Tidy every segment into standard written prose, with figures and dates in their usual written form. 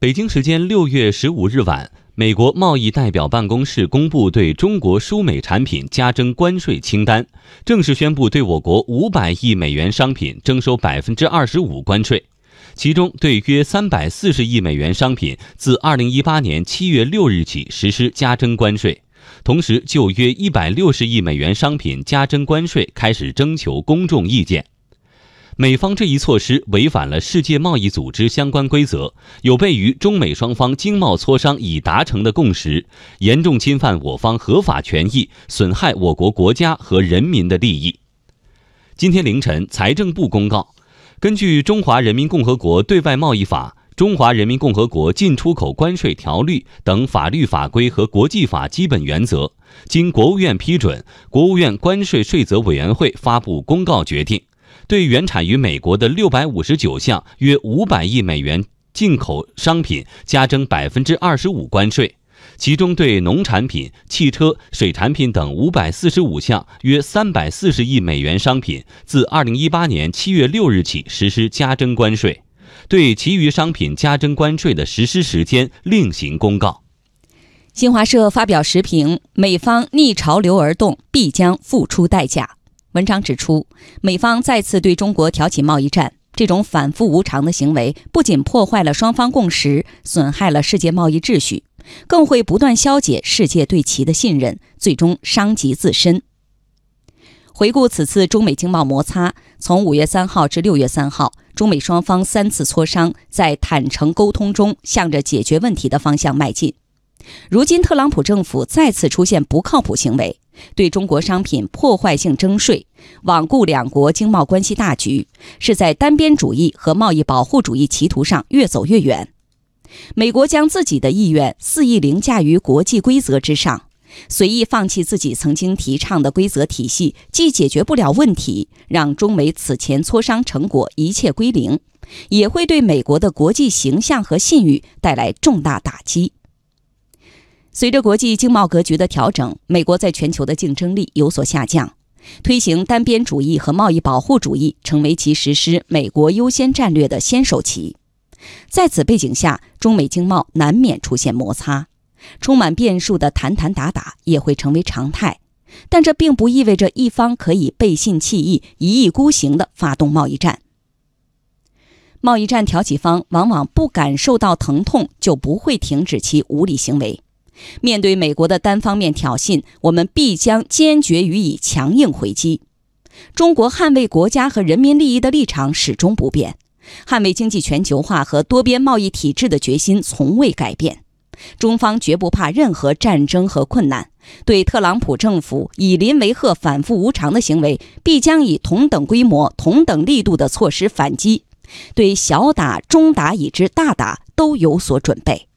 北京时间6月15日晚，美国贸易代表办公室公布对中国输美产品加征关税清单，正式宣布对我国500亿美元商品征收25%关税，其中对约340亿美元商品自2018年7月6日起实施加征关税，同时就约160亿美元商品加征关税开始征求公众意见。美方这一措施违反了世界贸易组织相关规则，有悖于中美双方经贸磋商已达成的共识，严重侵犯我方合法权益，损害我国国家和人民的利益。今天凌晨，财政部公告，根据《中华人民共和国对外贸易法》、《中华人民共和国进出口关税条例》等法律法规和国际法基本原则，经国务院批准，国务院关税税则委员会发布公告决定，对原产于美国的659项约500亿美元进口商品加征25%关税，其中对农产品、汽车、水产品等545项约340亿美元商品，自2018年7月6日起实施加征关税，对其余商品加征关税的实施时间另行公告。 新华社发表时评，美方逆潮流而动，必将付出代价。文章指出，美方再次对中国挑起贸易战，这种反复无常的行为不仅破坏了双方共识，损害了世界贸易秩序，更会不断消解世界对其的信任，最终伤及自身。回顾此次中美经贸摩擦，从5月3号至6月3号，中美双方3次磋商，在坦诚沟通中向着解决问题的方向迈进。如今特朗普政府再次出现不靠谱行为，对中国商品破坏性征税，罔顾两国经贸关系大局，是在单边主义和贸易保护主义歧途上越走越远。美国将自己的意愿肆意凌驾于国际规则之上，随意放弃自己曾经提倡的规则体系，既解决不了问题，让中美此前磋商成果一切归零，也会对美国的国际形象和信誉带来重大打击。随着国际经贸格局的调整，美国在全球的竞争力有所下降，推行单边主义和贸易保护主义成为其实施美国优先战略的先手棋。在此背景下，中美经贸难免出现摩擦，充满变数的谈谈打打也会成为常态，但这并不意味着一方可以背信弃义、一意孤行地发动贸易战。贸易战挑起方往往不感受到疼痛，就不会停止其无理行为。面对美国的单方面挑衅，我们必将坚决予以强硬回击。中国捍卫国家和人民利益的立场始终不变，捍卫经济全球化和多边贸易体制的决心从未改变。中方绝不怕任何战争和困难，对特朗普政府以邻为壑、反复无常的行为，必将以同等规模、同等力度的措施反击，对小打、中打以至大打都有所准备。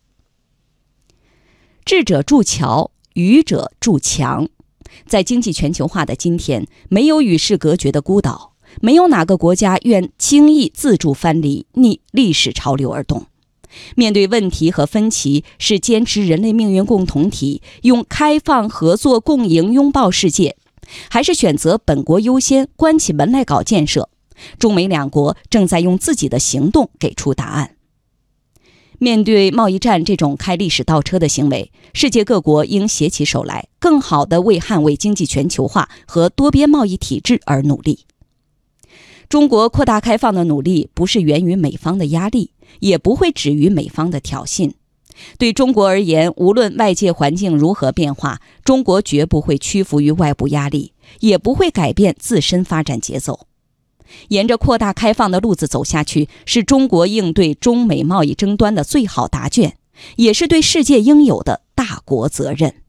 智者筑桥，愚者筑墙。在经济全球化的今天，没有与世隔绝的孤岛，没有哪个国家愿轻易自助藩篱，逆历史潮流而动。面对问题和分歧，是坚持人类命运共同体，用开放合作共赢拥抱世界，还是选择本国优先，关起门来搞建设？中美两国正在用自己的行动给出答案。面对贸易战这种开历史倒车的行为，世界各国应携起手来，更好地为捍卫经济全球化和多边贸易体制而努力。中国扩大开放的努力不是源于美方的压力，也不会止于美方的挑衅。对中国而言，无论外界环境如何变化，中国绝不会屈服于外部压力，也不会改变自身发展节奏。沿着扩大开放的路子走下去，是中国应对中美贸易争端的最好答卷，也是对世界应有的大国责任。